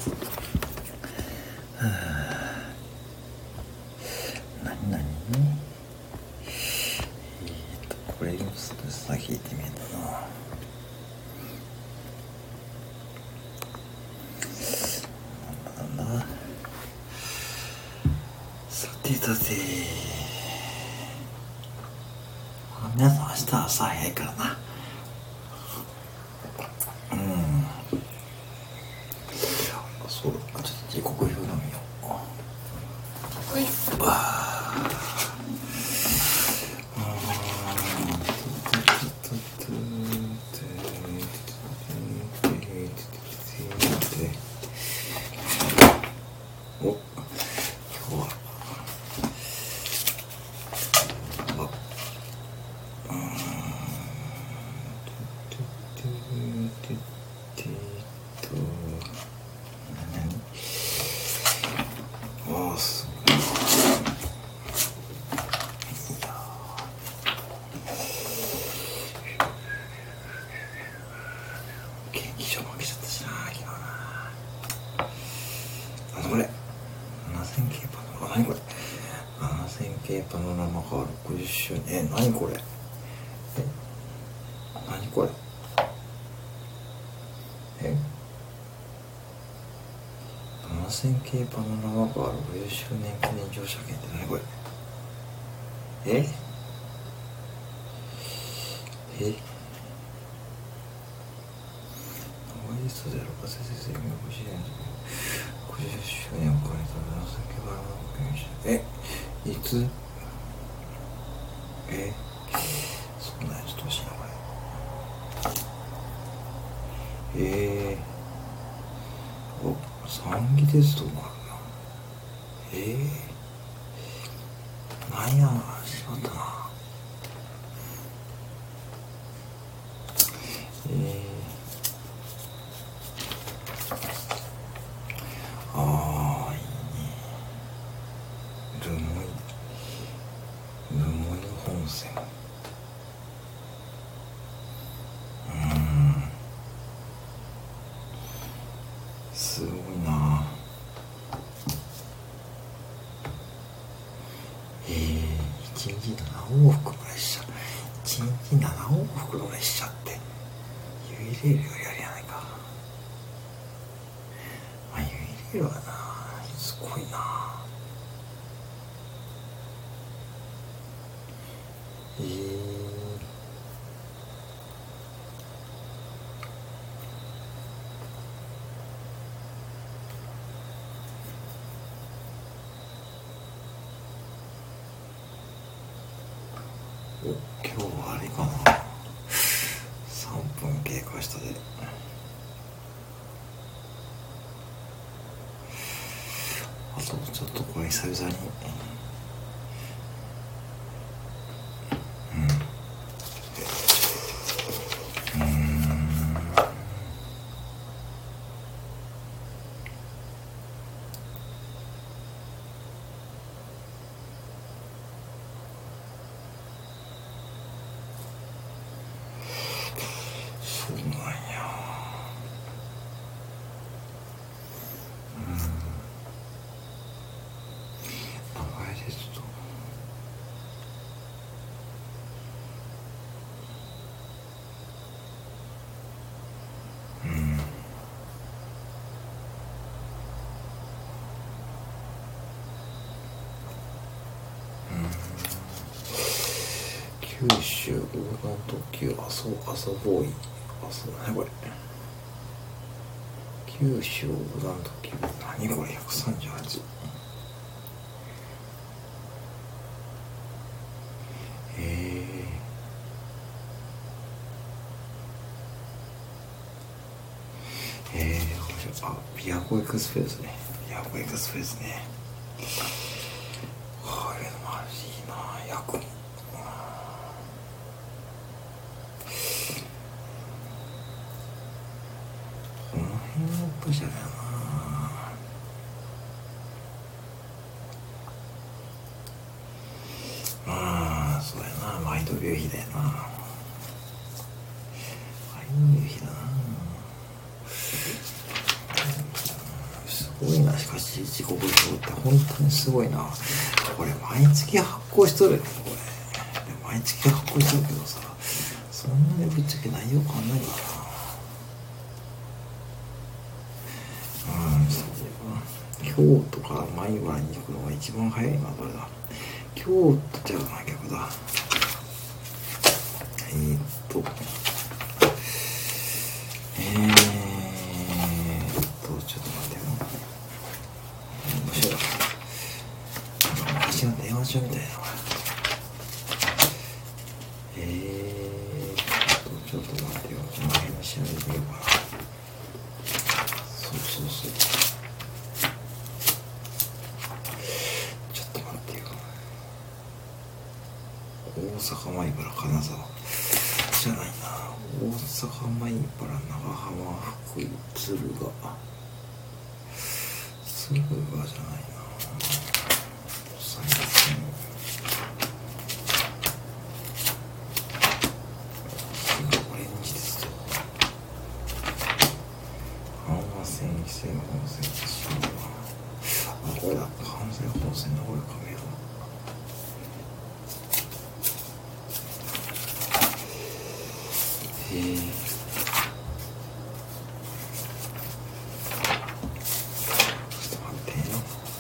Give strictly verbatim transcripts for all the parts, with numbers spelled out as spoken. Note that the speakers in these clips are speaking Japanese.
何何えーとこれをさ聞いてみるとな。なんだなんださてさて、皆さん明日は朝早いからな。うんそうだ、ちょっと時刻表でも見よう。はい、わあお、今日はあああすごい。元気症負けちゃったしな昨日な。あのこれななせん系パノラマ、何これななせん系パノラマがろくじゅっしゅうねん。え、何これ、え、何これ、えななせん系パノラマがろくじゅっしゅうねん記念乗車券って何これ、ええ長い人であるか先生がご支援ろくじゅっしゅうねんを超えたななせん系パノラマ券車、えいつ、えそんなやつどうしなこれ、えー、お三岐鉄道もあるな。えー、なんやしまったな。えー、ああいいね。留萌留萌本線、うーんすごいな。えー、いちにちなな往復の列車、いちにちなな往復の列車ってユイレールよりありやないか。まあユイレールはなすごいな。えーお、今日はあれかな、さんぷん経過したで。あとちょっとこれ久々にうんうーんそうなんや。長いですとうん九州横断特急あそあそぼうい、あそうだねこれ。九州横断特急何これひゃくさんじゅうはち。えー、えー、あ、琵琶湖エクスプレスね。琵琶湖エクスプレスね。これもあるしいいな、役に。この辺の部車だよな。まあそうやな、毎度流費だよな。毎度流費だな。 ごいな。しかし自己分表って本当にすごいな。これ毎月発行しとるね、これ。毎月発行しとるけどさ、そんなにぶっちゃけ内容変わんないからな。うん、そう京都から米原に行くのが一番早いな。どれだ。京都ちゃうな、逆だ。えー、っとえー、っとちょっと待ってよ。面白い。昔の電話帳みたいな。えー、っとちょっと待ってよ。この辺の調べてみようかな。そうそうそう。ちょっと待ってよ。大阪米原金沢じゃないな。大阪米原長浜福井敦賀敦賀じゃないな。最近オレンジですよ。阪和線紀勢本線昭和。あ、これだ。関西本線のこれカメラ。えー、ちょっと待ってよ。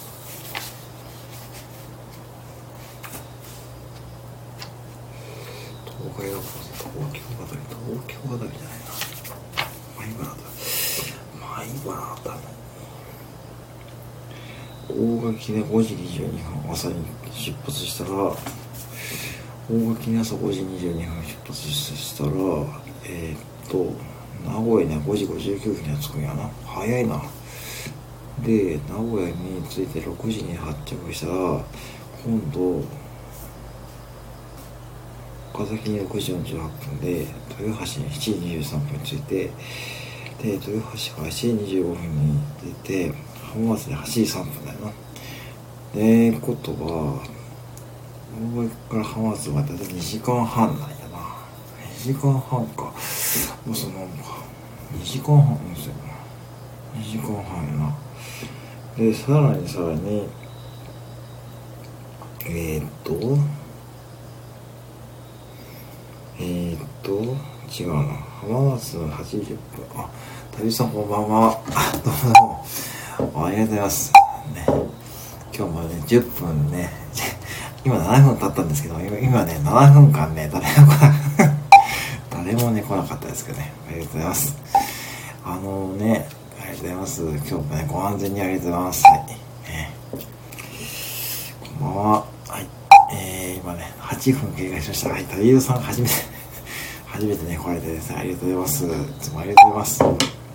東海が東京あたり、東京あたりじゃないな。米原だ。米原だね。大垣でごじにじゅうにふん朝に出発したら、大垣に朝ごじにじゅうにふん出発したら、えー、っと名古屋にはごじごじゅうきゅうふんには着くんやな。早いな。で名古屋に着いてろくじに発着したら、今度岡崎にろくじよんじゅうはっぷんで豊橋にしちじにじゅうさんぷんに着いて、で豊橋からしちじにじゅうごふんに出て浜松ではちじさんぷんだよな。でことは大垣から浜松までにじかんはんなんやな。にじかんはんか。もうそのにじかんはんですよ。にじかんはんやな。でさらにさらにえー、っとえー、っと違うな。浜松のはちじゅっぷん。あ、旅さんこんばんは。あ、どうもどうもありがとうございますね。今日もねじゅっぷんね今ななふん経ったんですけど、今ねななふんかんね誰も来な誰もね来なかったですけどね。ありがとうございます。あのねありがとうございます。今日もねご安全にありがとうございます。はい、ね、こんばんは。はい、えー、今ねはっぷん経過しました。はい、タリードさん初めて初めてね来られてですね、ありがとうございます。いつもありがとうございます。はい、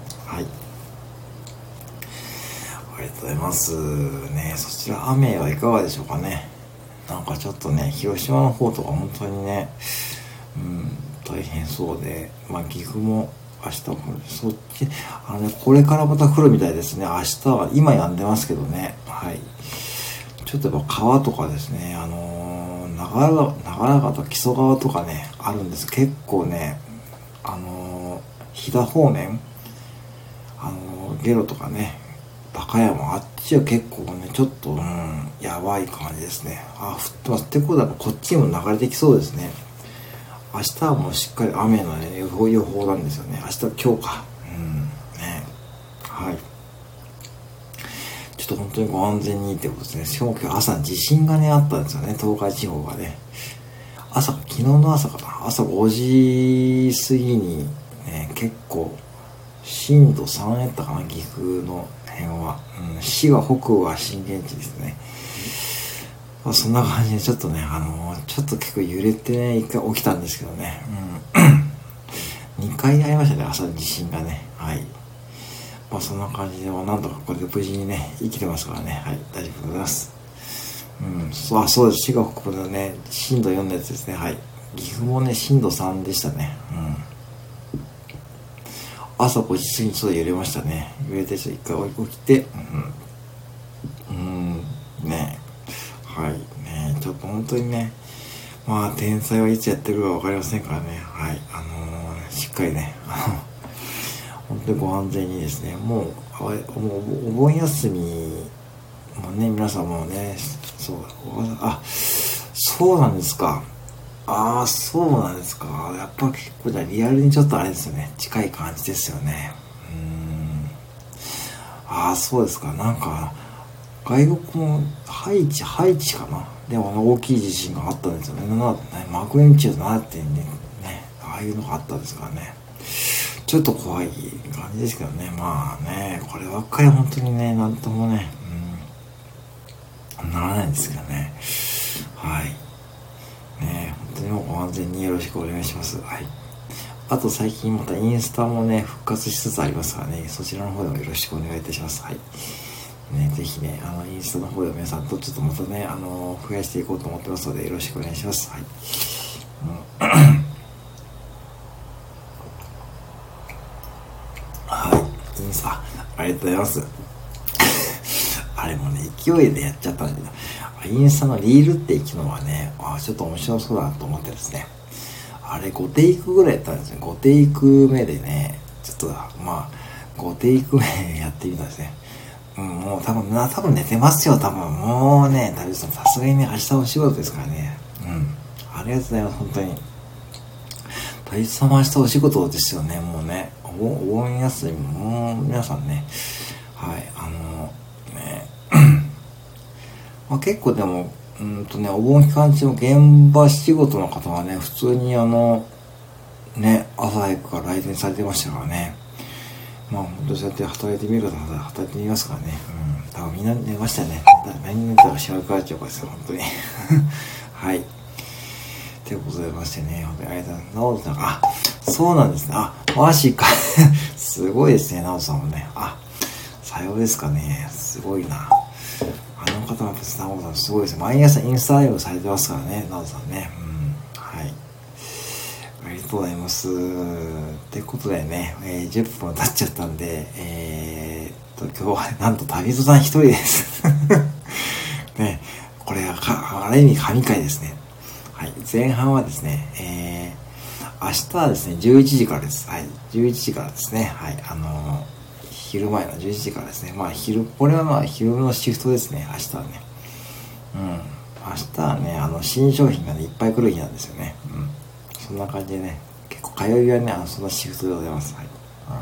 ありがとうございますね。そちら雨はいかがでしょうかね。なんかちょっとね広島の方とか本当にね、うん、大変そうで、まあ岐阜も明日もそっちあのねこれからまた降るみたいですね。明日は今止んでますけどね。はい、ちょっとやっぱ川とかですね、あのー、長良長良川と木曽川とかねあるんです。結構ねあのー、飛騨方面あのー、ゲロとかね高山あっちは結構ねちょっとうんやばい感じですね。あ、降ってます。ってことはこっちにも流れてきそうですね。明日はもうしっかり雨の、ね、予報予報なんですよね。明日今日か。うんね、はい。ちょっと本当にご安全にってことですね。しかも今日朝地震がねあったんですよね。東海地方がね。朝昨日の朝かな。朝ごじ過ぎにね結構震度さんやったかな、岐阜の辺は。うん、滋賀北部は震源地ですね。まあ、そんな感じでちょっとね、あのー、ちょっと結構揺れてね、一回起きたんですけどね。うん、にかいありましたね、朝地震がね。はい。まあそんな感じで、まあ、なんとかこれで無事にね、生きてますからね。はい、大丈夫でございます。うん、そう、あ、そうです。滋賀北部のね、震度よんのやつですね。はい。岐阜もね、震度さんでしたね。うん。朝ごじ過ぎにちょっと揺れましたね。揺れてちょっと一回起きて、うん、うん、ね、はい、ね、ちょっと本当にね、まあ天才はいつやってるか分かりませんからね、はい、あのー、しっかりね、あの本当にご安全にですね、もうおお盆休みもね、皆さんもね、そう、あ、そうなんですか。ああ、そうなんですか。やっぱ結構じゃあリアルにちょっとあれですよね。近い感じですよね。うーん。ああ、そうですか。なんか、外国も、ハイチ、ハイチかな。でも、あの大きい地震があったんですよね。なマグニチュードななてんにね、ね、ああいうのがあったんですからね。ちょっと怖い感じですけどね。まあね、こればっかり本当にね、なんともね、うん、ならないんですけどね。はい。ね、本当にもうご安全によろしくお願いします。はい。あと最近またインスタもね、復活しつつありますからね、そちらの方でもよろしくお願いいたします。はい。ね、ぜひね、あの、インスタの方で皆さんとちょっとまたね、あの、増やしていこうと思ってますので、よろしくお願いします。はい。うん、はい。インスタ、ありがとうございます。あれもね、勢いでやっちゃったんだけど、インスタのリールって機能はね、あ、ちょっと面白そうだなと思ってですね、あれごテイクぐらいやったんですね。ごテイク目でね、ちょっと、まあ、ごテイク目やってみたんですね。うん、もう多分な、多分寝てますよ、多分。もうね、タビさん、さすがにね、明日お仕事ですからね。うん。ありがとうございます、本当に。タビさんも明日お仕事ですよね、もうね。お盆、お盆休みも、もう皆さんね、はい、あの、ね、まあ、結構でも、うんとね、お盆期間中も現場仕事の方はね、普通にあの、ね、朝早くから来店されてましたからね。まあ本当そうやって働いてみると働いてみますからね。うん。多分みんな寝ましたね。何寝たら幸せかっちゃうかですよ、本当に。はい。ということでましてね、本当にありがとうございます。ナオトさん、あ、そうなんですね。あ、マジか。すごいですね、ナオトさんもね。あ、さようですかね。すごいな。あの方もナオトさんすごいですね。毎朝インスタライブされてますからね、ナオトさんね。うん。はい。ありがとうございます。ってことでね、えー、じゅっぷん経っちゃったんで、えー、っと、今日はなんと旅人さん一人です。ね、これはか、ある意味神回ですね。はい、前半はですね、えー、明日はですね、じゅういちじからです。はい、じゅういちじからですね、はい、あのー、昼前のじゅういちじからですね、まあ昼、これはまあ昼のシフトですね、明日はね。うん、明日はね、あの、新商品がね、いっぱい来る日なんですよね。うん。そんな感じでね、結構火曜日はね、あのそんなシフトでございます。はい。うん、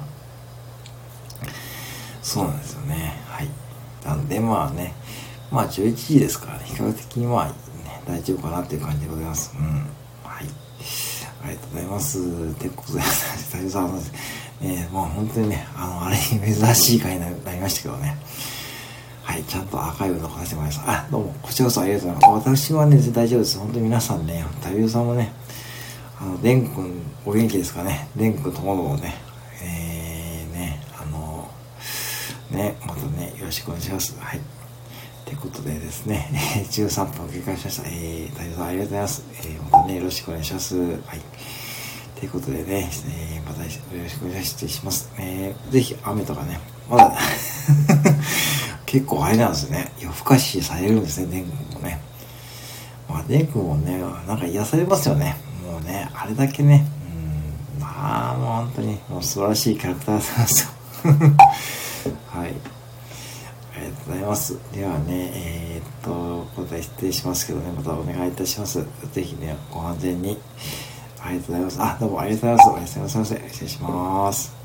そうなんですよね。はい。なんでまあね、まあじゅういちじですからね、比較的にまあ、ね、大丈夫かなっていう感じでございます。うん。はい。ありがとうございます。ということで、大丈夫さん、ね、まあ本当にね、あの、あれに珍しい回になりましたけどね。はい、ちゃんとアーカイブ残させてもらいます。あ、どうも、こちらこそありがとうございます。私はね、大丈夫です。本当に皆さんね、旅人さんもね、あの、デン君、お元気ですかね。デン君ともどもね、えー、ね、あの、ね、またね、よろしくお願いします。はい。ということでですね、じゅうさんぷん経過しました。えー、大丈夫さんありがとうございます。えー、またね、よろしくお願いします。はい。ということでね、えー、またよろしくお願いします。えー、ぜひ雨とかね、まだ、結構あれなんですね。夜更かしされるんですね、デン君もね。まあ、デン君もね、なんか癒されますよね。もうね、あれだけね、うん、まあ、もう本当に、もう素晴らしいキャラクターなんですよ。はい。ありがとうございます。ではね、えー、っと、答え失礼しますけどね、またお願いいたします。ぜひね、ご安全に。ありがとうございます。あ、どうもありがとうございます。おやすみなさいませ。失礼します。